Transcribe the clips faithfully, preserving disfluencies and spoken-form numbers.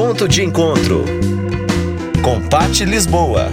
Ponto de Encontro, com Paty Lisboa.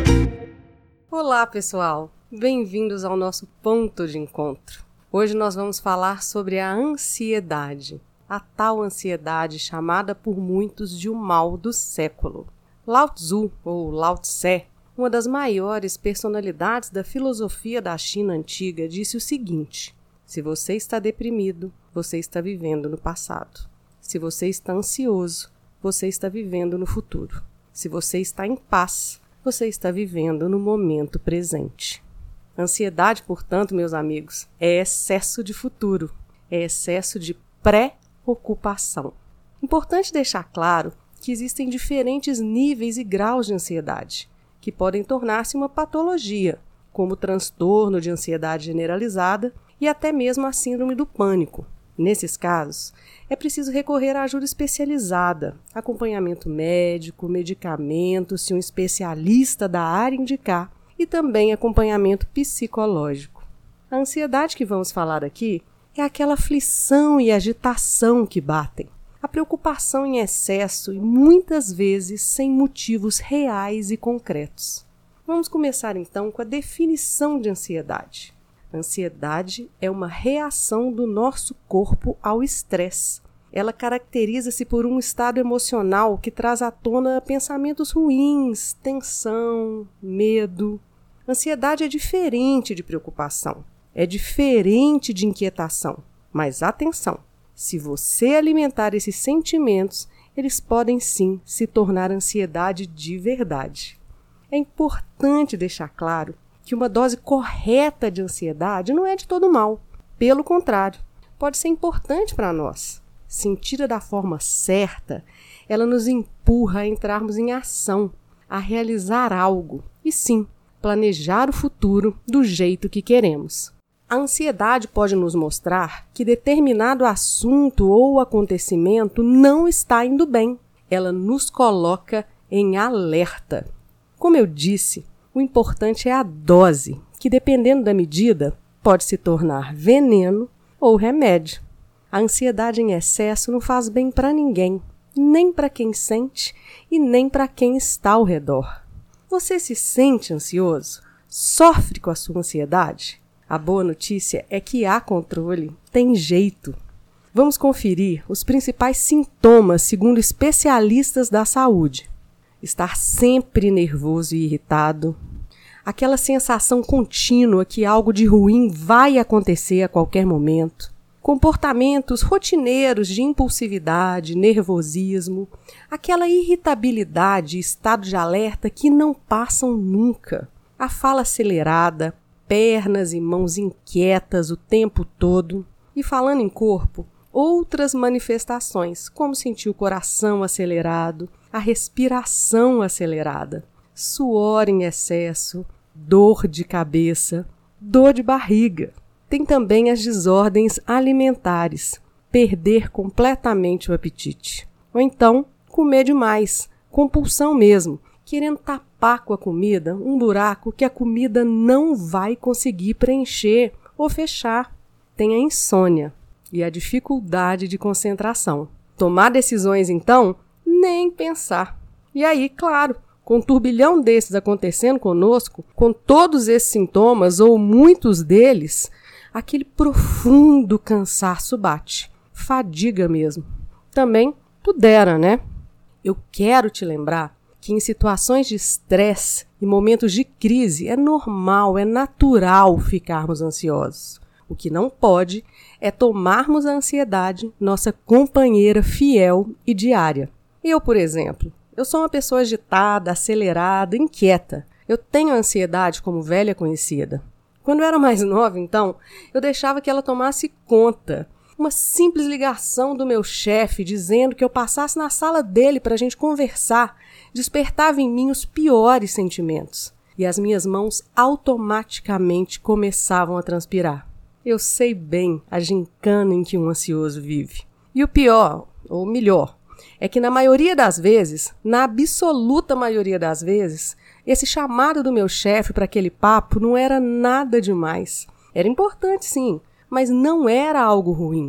Olá, pessoal! Bem-vindos ao nosso Ponto de Encontro. Hoje nós vamos falar sobre a ansiedade, a tal ansiedade chamada por muitos de o mal do século. Lao Tzu, ou Lao Tse, uma das maiores personalidades da filosofia da China antiga, disse o seguinte: se você está deprimido, você está vivendo no passado. Se você está ansioso, você está vivendo no futuro. Se você está em paz, você está vivendo no momento presente. Ansiedade, portanto, meus amigos, é excesso de futuro, é excesso de pré-ocupação. Importante deixar claro que existem diferentes níveis e graus de ansiedade, que podem tornar-se uma patologia, como o transtorno de ansiedade generalizada e até mesmo a síndrome do pânico. Nesses casos, é preciso recorrer à ajuda especializada, acompanhamento médico, medicamentos, se um especialista da área indicar, e também acompanhamento psicológico. A ansiedade que vamos falar aqui é aquela aflição e agitação que batem, a preocupação em excesso e muitas vezes sem motivos reais e concretos. Vamos começar então com a definição de ansiedade. Ansiedade é uma reação do nosso corpo ao estresse. Ela caracteriza-se por um estado emocional que traz à tona pensamentos ruins, tensão, medo. Ansiedade é diferente de preocupação, é diferente de inquietação. Mas atenção, se você alimentar esses sentimentos, eles podem sim se tornar ansiedade de verdade. É importante deixar claro que uma dose correta de ansiedade não é de todo mal. Pelo contrário, pode ser importante para nós. Sentida da forma certa, ela nos empurra a entrarmos em ação, a realizar algo e sim, planejar o futuro do jeito que queremos. A ansiedade pode nos mostrar que determinado assunto ou acontecimento não está indo bem. Ela nos coloca em alerta. Como eu disse, o importante é a dose, que dependendo da medida, pode se tornar veneno ou remédio. A ansiedade em excesso não faz bem para ninguém, nem para quem sente e nem para quem está ao redor. Você se sente ansioso? Sofre com a sua ansiedade? A boa notícia é que há controle, tem jeito. Vamos conferir os principais sintomas segundo especialistas da saúde. Estar sempre nervoso e irritado, aquela sensação contínua que algo de ruim vai acontecer a qualquer momento, comportamentos rotineiros de impulsividade, nervosismo, aquela irritabilidade e estado de alerta que não passam nunca, a fala acelerada, pernas e mãos inquietas o tempo todo. E falando em corpo, outras manifestações, como sentir o coração acelerado, a respiração acelerada, suor em excesso, dor de cabeça, dor de barriga. Tem também as desordens alimentares, perder completamente o apetite. Ou então, comer demais, compulsão mesmo, querendo tapar com a comida um buraco que a comida não vai conseguir preencher ou fechar. Tem a insônia e a dificuldade de concentração. Tomar decisões, então, nem pensar. E aí, claro, com um turbilhão desses acontecendo conosco, com todos esses sintomas, ou muitos deles, aquele profundo cansaço bate. Fadiga mesmo. Também pudera, né? Eu quero te lembrar que em situações de estresse e momentos de crise é normal, é natural ficarmos ansiosos. O que não pode é tomarmos a ansiedade nossa companheira fiel e diária. Eu, por exemplo, eu sou uma pessoa agitada, acelerada, inquieta. Eu tenho ansiedade como velha conhecida. Quando eu era mais nova, então, eu deixava que ela tomasse conta. Uma simples ligação do meu chefe dizendo que eu passasse na sala dele para a gente conversar despertava em mim os piores sentimentos. E as minhas mãos automaticamente começavam a transpirar. Eu sei bem a gincana em que um ansioso vive. E o pior, ou melhor, é que na maioria das vezes, na absoluta maioria das vezes, esse chamado do meu chefe para aquele papo não era nada demais. Era importante sim, mas não era algo ruim.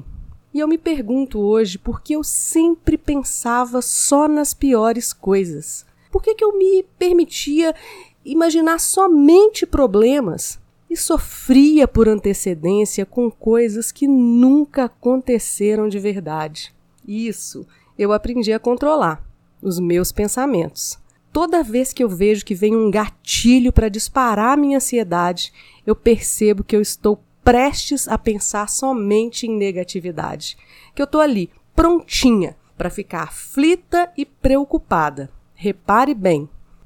E eu me pergunto hoje por que eu sempre pensava só nas piores coisas. Por que que eu me permitia imaginar somente problemas e sofria por antecedência com coisas que nunca aconteceram de verdade? Isso eu aprendi a controlar, os meus pensamentos. Toda vez que eu vejo que vem um gatilho para disparar a minha ansiedade, eu percebo que eu estou prestes a pensar somente em negatividade. Que eu estou ali, prontinha, para ficar aflita e preocupada. Repare bem,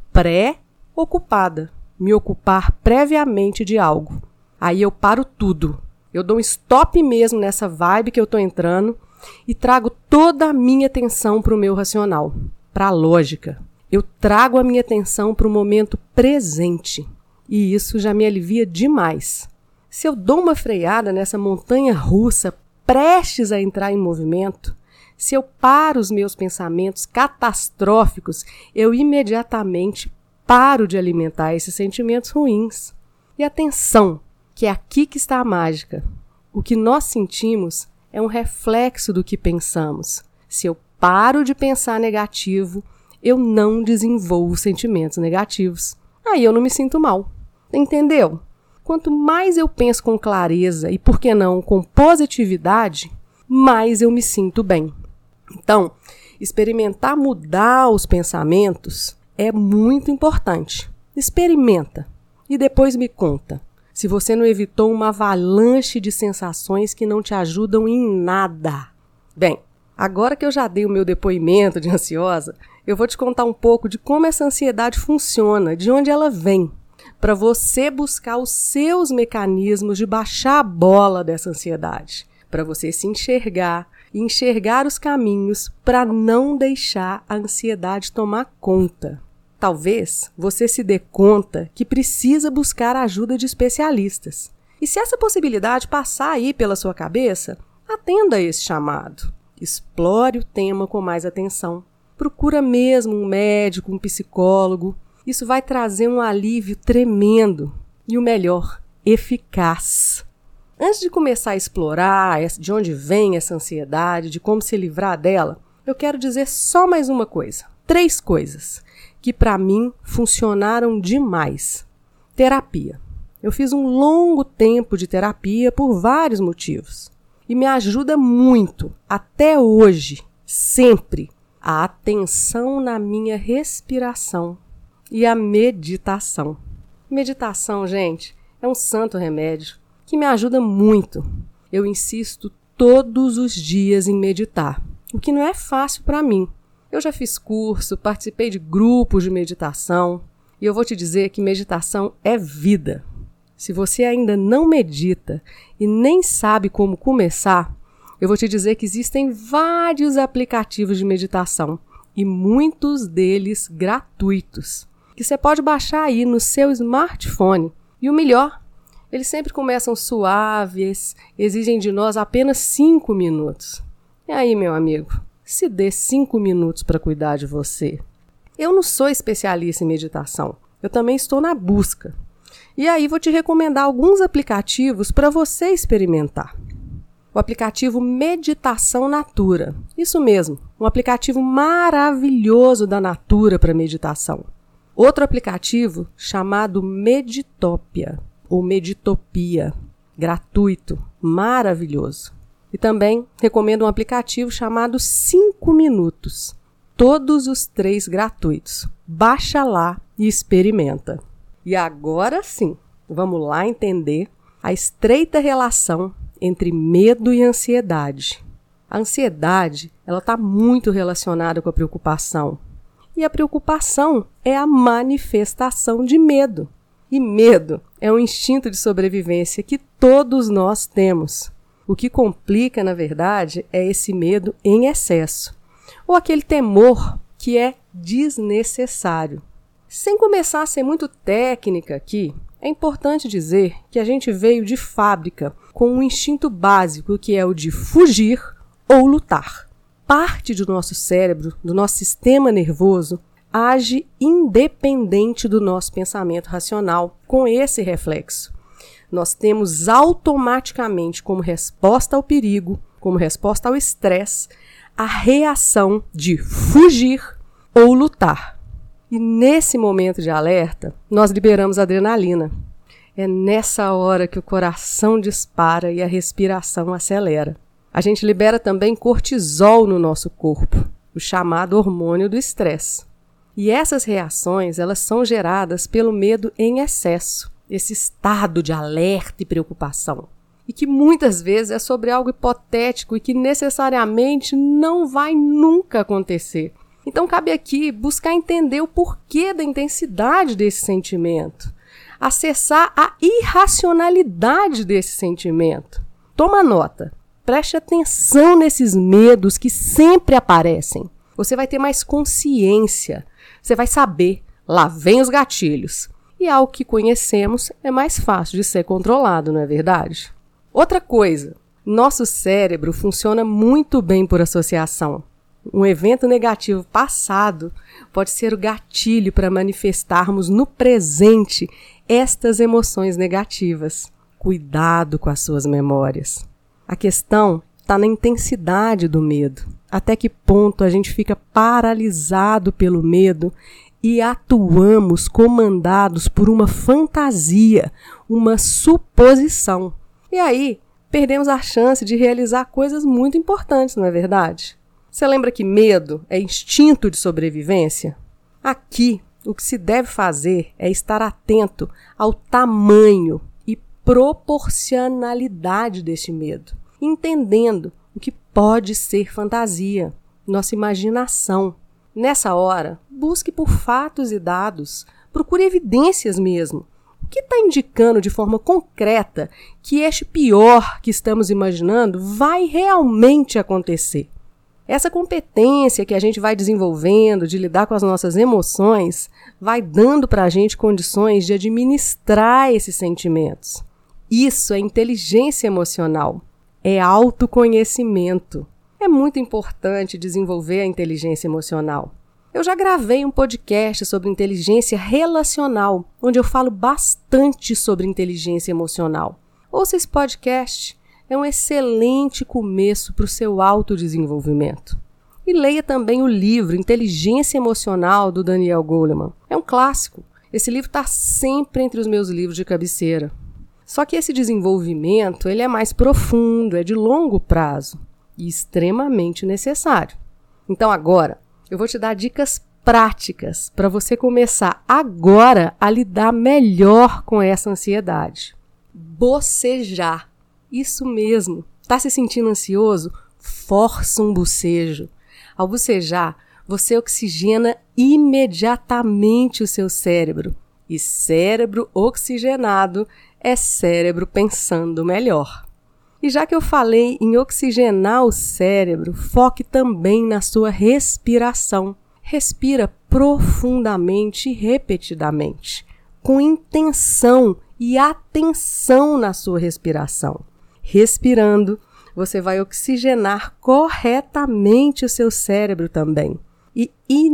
pré-ocupada, me ocupar previamente de algo. Aí eu paro tudo. Eu dou um stop mesmo nessa vibe que eu estou entrando e trago toda a minha atenção para o meu racional, para a lógica. Eu trago a minha atenção para o momento presente e isso já me alivia demais. Se eu dou uma freada nessa montanha russa prestes a entrar em movimento, se eu paro os meus pensamentos catastróficos, eu imediatamente paro de alimentar esses sentimentos ruins. E atenção, que é aqui que está a mágica. O que nós sentimos é um reflexo do que pensamos. Se eu paro de pensar negativo, eu não desenvolvo sentimentos negativos. Aí eu não me sinto mal. Entendeu? Quanto mais eu penso com clareza e, por que não, com positividade, mais eu me sinto bem. Então, experimentar mudar os pensamentos é muito importante. Experimenta e depois me conta se você não evitou uma avalanche de sensações que não te ajudam em nada. Bem, agora que eu já dei o meu depoimento de ansiosa, eu vou te contar um pouco de como essa ansiedade funciona, de onde ela vem, para você buscar os seus mecanismos de baixar a bola dessa ansiedade, para você se enxergar e enxergar os caminhos para não deixar a ansiedade tomar conta. Talvez você se dê conta que precisa buscar a ajuda de especialistas. E se essa possibilidade passar aí pela sua cabeça, atenda a esse chamado. Explore o tema com mais atenção. Procura mesmo um médico, um psicólogo. Isso vai trazer um alívio tremendo e, o melhor, eficaz. Antes de começar a explorar de onde vem essa ansiedade, de como se livrar dela, eu quero dizer só mais uma coisa. Três coisas que, para mim, funcionaram demais. Terapia. Eu fiz um longo tempo de terapia por vários motivos. E me ajuda muito, até hoje, sempre, a atenção na minha respiração e a meditação. Meditação, gente, é um santo remédio que me ajuda muito. Eu insisto todos os dias em meditar, o que não é fácil para mim. Eu já fiz curso, participei de grupos de meditação e eu vou te dizer que meditação é vida. Se você ainda não medita e nem sabe como começar, eu vou te dizer que existem vários aplicativos de meditação e muitos deles gratuitos, que você pode baixar aí no seu smartphone. E o melhor, eles sempre começam suaves, exigem de nós apenas cinco minutos. E aí, meu amigo, se dê cinco minutos para cuidar de você. Eu não sou especialista em meditação, eu também estou na busca. E aí vou te recomendar alguns aplicativos para você experimentar. O aplicativo Meditação Natura. Isso mesmo, um aplicativo maravilhoso da Natura para meditação. Outro aplicativo chamado Meditopia, ou Meditopia, gratuito, maravilhoso. E também recomendo um aplicativo chamado cinco minutos. Todos os três gratuitos. Baixa lá e experimenta. E agora sim, vamos lá entender a estreita relação entre medo e ansiedade. A ansiedade, ela está muito relacionada com a preocupação. E a preocupação é a manifestação de medo. E medo é um instinto de sobrevivência que todos nós temos. O que complica, na verdade, é esse medo em excesso. Ou aquele temor que é desnecessário. Sem começar a ser muito técnica aqui, é importante dizer que a gente veio de fábrica com um instinto básico que é o de fugir ou lutar. Parte do nosso cérebro, do nosso sistema nervoso, age independente do nosso pensamento racional com esse reflexo. Nós temos automaticamente como resposta ao perigo, como resposta ao estresse, a reação de fugir ou lutar. E nesse momento de alerta, nós liberamos adrenalina. É nessa hora que o coração dispara e a respiração acelera. A gente libera também cortisol no nosso corpo, o chamado hormônio do estresse. E essas reações, elas são geradas pelo medo em excesso, esse estado de alerta e preocupação. E que muitas vezes é sobre algo hipotético e que necessariamente não vai nunca acontecer. Então cabe aqui buscar entender o porquê da intensidade desse sentimento, acessar a irracionalidade desse sentimento. Toma nota, preste atenção nesses medos que sempre aparecem. Você vai ter mais consciência, você vai saber, lá vem os gatilhos. E algo que conhecemos é mais fácil de ser controlado, não é verdade? Outra coisa, nosso cérebro funciona muito bem por associação. Um evento negativo passado pode ser o gatilho para manifestarmos no presente estas emoções negativas. Cuidado com as suas memórias. A questão está na intensidade do medo. Até que ponto a gente fica paralisado pelo medo e atuamos comandados por uma fantasia, uma suposição. E aí, perdemos a chance de realizar coisas muito importantes, não é verdade? Você lembra que medo é instinto de sobrevivência? Aqui, o que se deve fazer é estar atento ao tamanho e proporcionalidade deste medo, entendendo o que pode ser fantasia, nossa imaginação. Nessa hora, busque por fatos e dados, procure evidências mesmo. O que está indicando de forma concreta que este pior que estamos imaginando vai realmente acontecer? Essa competência que a gente vai desenvolvendo de lidar com as nossas emoções vai dando para a gente condições de administrar esses sentimentos. Isso é inteligência emocional, é autoconhecimento. É muito importante desenvolver a inteligência emocional. Eu já gravei um podcast sobre inteligência relacional, onde eu falo bastante sobre inteligência emocional. Ouça esse podcast. É um excelente começo para o seu autodesenvolvimento. E leia também o livro Inteligência Emocional, do Daniel Goleman. É um clássico. Esse livro está sempre entre os meus livros de cabeceira. Só que esse desenvolvimento ele é mais profundo, é de longo prazo e extremamente necessário. Então agora, eu vou te dar dicas práticas para você começar agora a lidar melhor com essa ansiedade. Bocejar. Isso mesmo. Está se sentindo ansioso? Força um bocejo. Ao bocejar, você oxigena imediatamente o seu cérebro. E cérebro oxigenado é cérebro pensando melhor. E já que eu falei em oxigenar o cérebro, foque também na sua respiração. Respira profundamente e repetidamente, com intenção e atenção na sua respiração. Respirando, você vai oxigenar corretamente o seu cérebro também e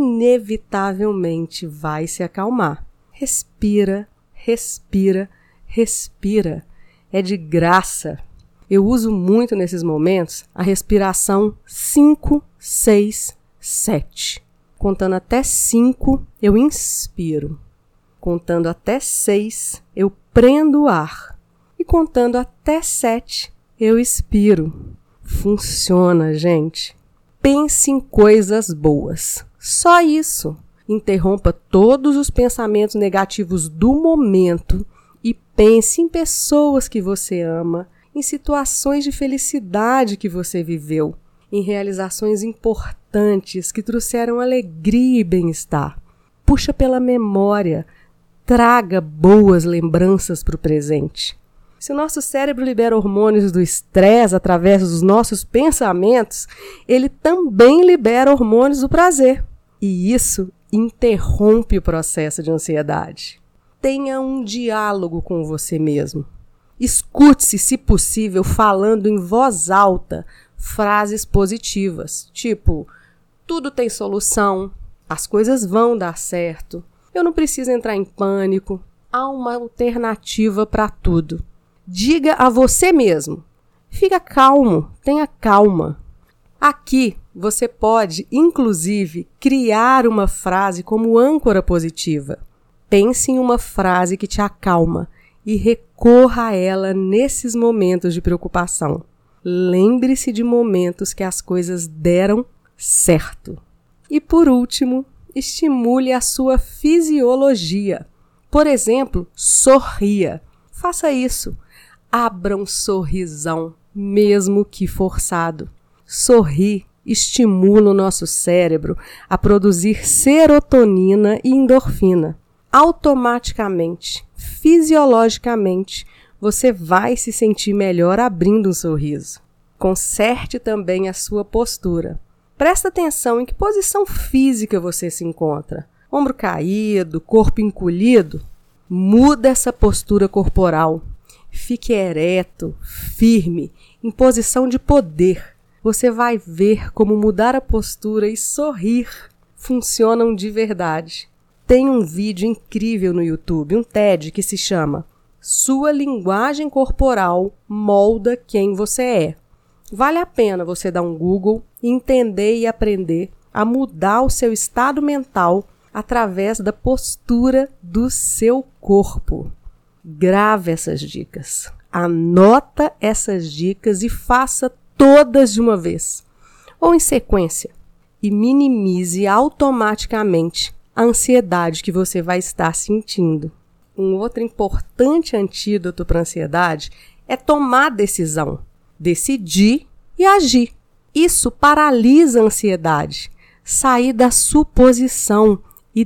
inevitavelmente vai se acalmar. Respira, respira, respira. É de graça. Eu uso muito nesses momentos a respiração cinco, seis, sete. Contando até cinco, eu inspiro. Contando até seis, eu prendo o ar. E contando até sete, eu expiro. Funciona, gente. Pense em coisas boas. Só isso. Interrompa todos os pensamentos negativos do momento e pense em pessoas que você ama, em situações de felicidade que você viveu, em realizações importantes que trouxeram alegria e bem-estar. Puxa pela memória, traga boas lembranças para o presente. Se o nosso cérebro libera hormônios do estresse através dos nossos pensamentos, ele também libera hormônios do prazer. E isso interrompe o processo de ansiedade. Tenha um diálogo com você mesmo. Escute-se, se possível, falando em voz alta frases positivas, tipo: tudo tem solução, as coisas vão dar certo, eu não preciso entrar em pânico, há uma alternativa para tudo. Diga a você mesmo: Fica calmo, tenha calma. Aqui você pode, inclusive, criar uma frase como âncora positiva. Pense em uma frase que te acalma e recorra a ela nesses momentos de preocupação. Lembre-se de momentos que as coisas deram certo. E por último, estimule a sua fisiologia. Por exemplo, sorria. Faça isso. Abra um sorrisão, mesmo que forçado. Sorrir estimula o nosso cérebro a produzir serotonina e endorfina. Automaticamente, fisiologicamente, você vai se sentir melhor abrindo um sorriso. Conserte também a sua postura. Presta atenção em que posição física você se encontra. Ombro caído, corpo encolhido. Muda essa postura corporal. Fique ereto, firme, em posição de poder. Você vai ver como mudar a postura e sorrir funcionam de verdade. Tem um vídeo incrível no YouTube, um TED, que se chama Sua Linguagem Corporal Molda Quem Você É. Vale a pena você dar um Google e entender e aprender a mudar o seu estado mental através da postura do seu corpo. Grave essas dicas, anota essas dicas e faça todas de uma vez, ou em sequência, e minimize automaticamente a ansiedade que você vai estar sentindo. Um outro importante antídoto para a ansiedade é tomar decisão, decidir e agir. Isso paralisa a ansiedade, sair da suposição e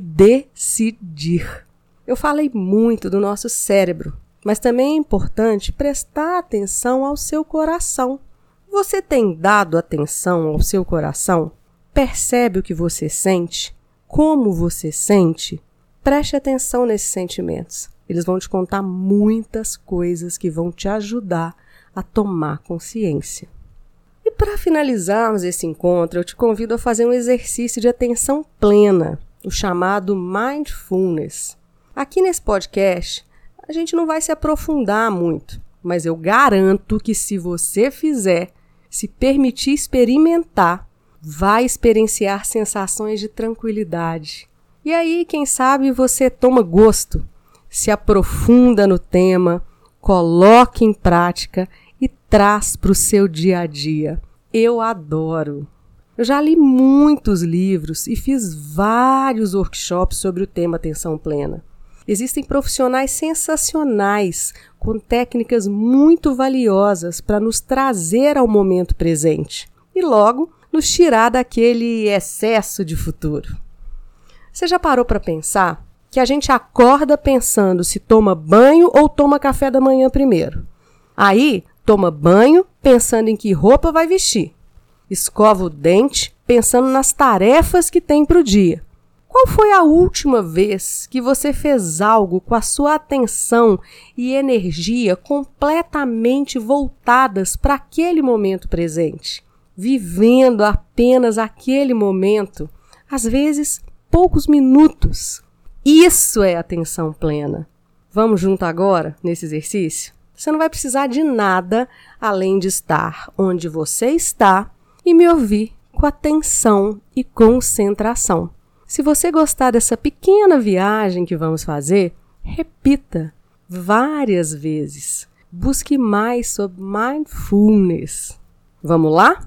decidir. Eu falei muito do nosso cérebro, mas também é importante prestar atenção ao seu coração. Você tem dado atenção ao seu coração? Percebe o que você sente? Como você sente? Preste atenção nesses sentimentos. Eles vão te contar muitas coisas que vão te ajudar a tomar consciência. E para finalizarmos esse encontro, eu te convido a fazer um exercício de atenção plena, o chamado Mindfulness. Aqui nesse podcast, a gente não vai se aprofundar muito, mas eu garanto que se você fizer, se permitir experimentar, vai experienciar sensações de tranquilidade. E aí, quem sabe, você toma gosto, se aprofunda no tema, coloca em prática e traz para o seu dia a dia. Eu adoro! Eu já li muitos livros e fiz vários workshops sobre o tema atenção plena. Existem profissionais sensacionais, com técnicas muito valiosas para nos trazer ao momento presente e logo nos tirar daquele excesso de futuro. Você já parou para pensar que a gente acorda pensando se toma banho ou toma café da manhã primeiro? Aí, toma banho pensando em que roupa vai vestir. Escova o dente pensando nas tarefas que tem para o dia. Qual foi a última vez que você fez algo com a sua atenção e energia completamente voltadas para aquele momento presente? Vivendo apenas aquele momento, às vezes poucos minutos. Isso é atenção plena. Vamos junto agora nesse exercício? Você não vai precisar de nada além de estar onde você está e me ouvir com atenção e concentração. Se você gostar dessa pequena viagem que vamos fazer, repita várias vezes. Busque mais sobre Mindfulness. Vamos lá?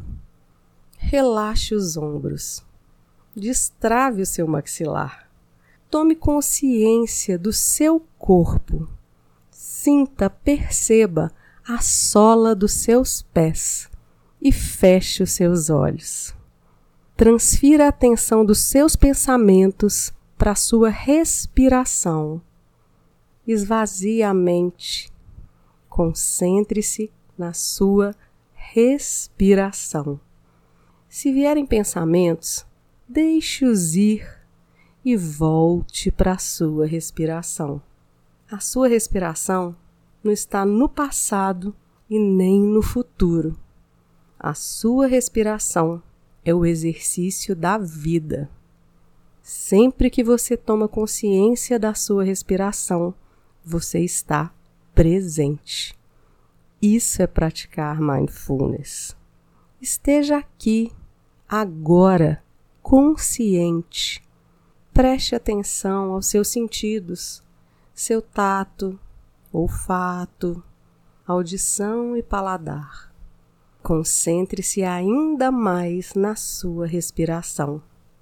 Relaxe os ombros. Destrave o seu maxilar. Tome consciência do seu corpo. Sinta, perceba a sola dos seus pés e feche os seus olhos. Transfira a atenção dos seus pensamentos para a sua respiração. Esvazie a mente. Concentre-se na sua respiração. Se vierem pensamentos, deixe-os ir e volte para a sua respiração. A sua respiração não está no passado e nem no futuro. A sua respiração é o exercício da vida. Sempre que você toma consciência da sua respiração, você está presente. Isso é praticar mindfulness. Esteja aqui, agora, consciente. Preste atenção aos seus sentidos, seu tato, olfato, audição e paladar. Concentre-se ainda mais na sua respiração.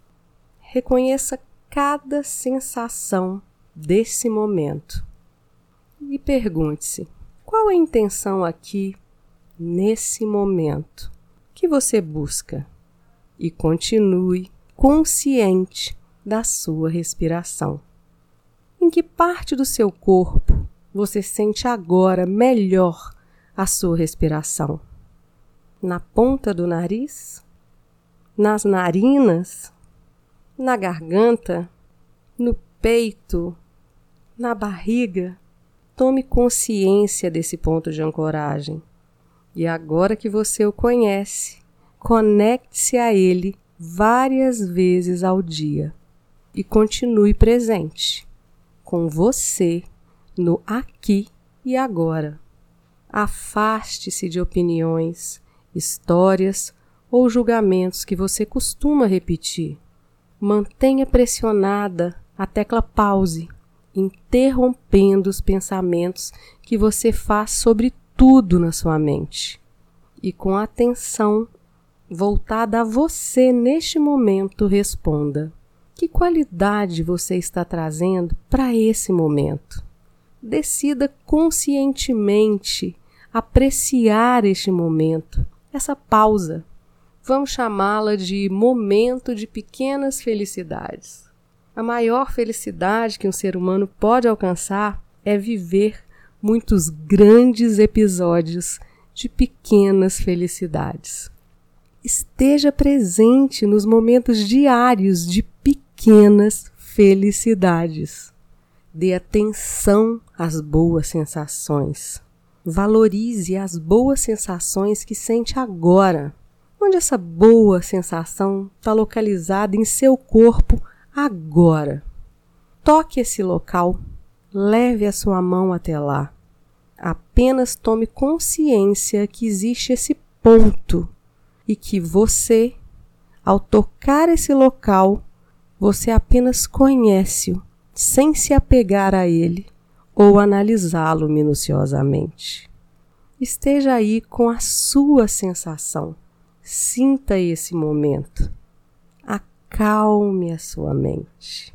Reconheça cada sensação desse momento e pergunte-se: qual a intenção aqui, nesse momento, que você busca? E continue consciente da sua respiração. Em que parte do seu corpo você sente agora melhor a sua respiração? Na ponta do nariz? Nas narinas? Na garganta? No peito? Na barriga? Tome consciência desse ponto de ancoragem. E agora que você o conhece, conecte-se a ele várias vezes ao dia. E continue presente, com você, no aqui e agora. Afaste-se de opiniões, histórias ou julgamentos que você costuma repetir. Mantenha pressionada a tecla pause, interrompendo os pensamentos que você faz sobre tudo na sua mente. E com atenção voltada a você neste momento, responda: que qualidade você está trazendo para esse momento? Decida conscientemente apreciar este momento, essa pausa. Vamos chamá-la de momento de pequenas felicidades. A maior felicidade que um ser humano pode alcançar é viver muitos grandes episódios de pequenas felicidades. Esteja presente nos momentos diários de pequenas felicidades. Dê atenção às boas sensações. Valorize as boas sensações que sente agora. Onde essa boa sensação está localizada em seu corpo agora? Toque esse local. Leve a sua mão até lá. Apenas tome consciência que existe esse ponto e que você, ao tocar esse local, você apenas conhece-o, sem se apegar a ele ou analisá-lo minuciosamente. Esteja aí com a sua sensação. Sinta esse momento. Acalme a sua mente.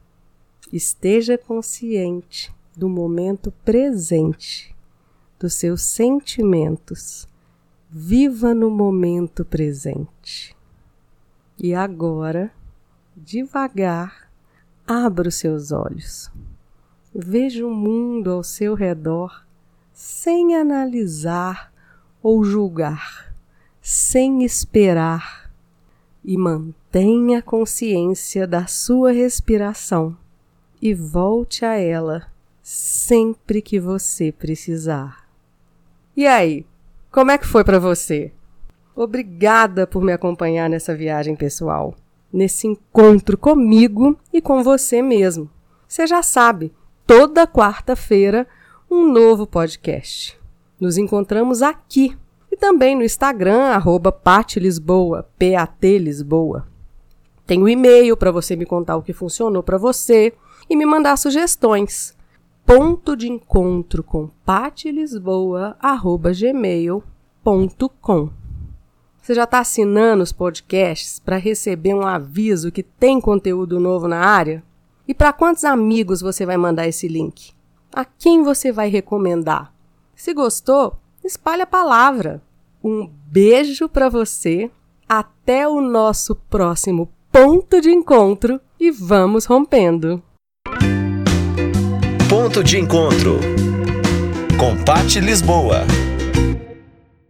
Esteja consciente do momento presente, dos seus sentimentos. Viva no momento presente. E agora, devagar, abra os seus olhos. Veja o mundo ao seu redor sem analisar ou julgar, sem esperar, e mantenha a consciência da sua respiração e volte a ela sempre que você precisar. E aí, como é que foi para você? Obrigada por me acompanhar nessa viagem pessoal, nesse encontro comigo e com você mesmo. Você já sabe, toda quarta-feira, um novo podcast. Nos encontramos aqui e também no Instagram, arroba Pati Lisboa, P A T Lisboa. Tem um e-mail para você me contar o que funcionou para você e me mandar sugestões. Ponto de encontro com patilisboa, arroba gmail ponto com. Você já está assinando os podcasts para receber um aviso que tem conteúdo novo na área? E para quantos amigos você vai mandar esse link? A quem você vai recomendar? Se gostou, espalhe a palavra. Um beijo para você. Até o nosso próximo ponto de encontro e vamos rompendo. Ponto de encontro com Pati Lisboa.